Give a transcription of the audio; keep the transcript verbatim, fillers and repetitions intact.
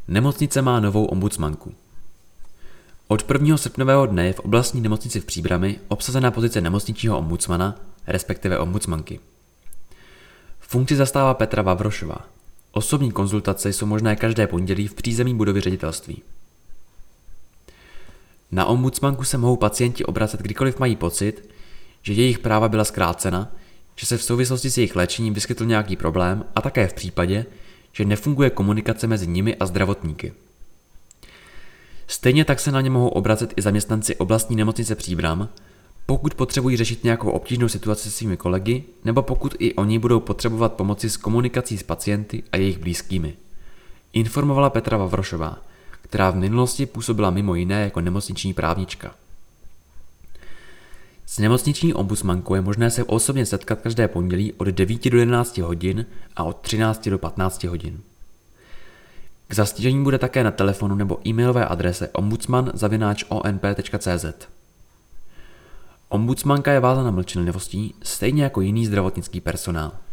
Nemocnice má novou ombudsmanku. Od prvního srpnového dne je v oblastní nemocnici v Příbrami obsazena pozice nemocničního ombudsmana, respektive ombudsmanky. Funkci zastává Petra Vavrošová. Osobní konzultace jsou možné každé pondělí v přízemí budovy ředitelství. Na ombudsmanku se mohou pacienti obracet kdykoliv mají pocit, že jejich práva byla zkrácena, že se v souvislosti s jejich léčením vyskytl nějaký problém a také v případě, že nefunguje komunikace mezi nimi a zdravotníky. Stejně tak se na ně mohou obracet i zaměstnanci oblastní nemocnice Příbram, pokud potřebují řešit nějakou obtížnou situaci se svými kolegy, nebo pokud i oni budou potřebovat pomoci s komunikací s pacienty a jejich blízkými. Informovala Petra Vavrošová, která v minulosti působila mimo jiné jako nemocniční právnička. S nemocniční ombudsmankou je možné se osobně setkat každé pondělí od devíti do jedenácti hodin a od třinácti do patnácti hodin. K zastížení bude také na telefonu nebo e-mailové adrese ombudsman zavináč o n p tečka c z. Ombudsmanka je vázána mlčenlivostí, stejně jako jiný zdravotnický personál.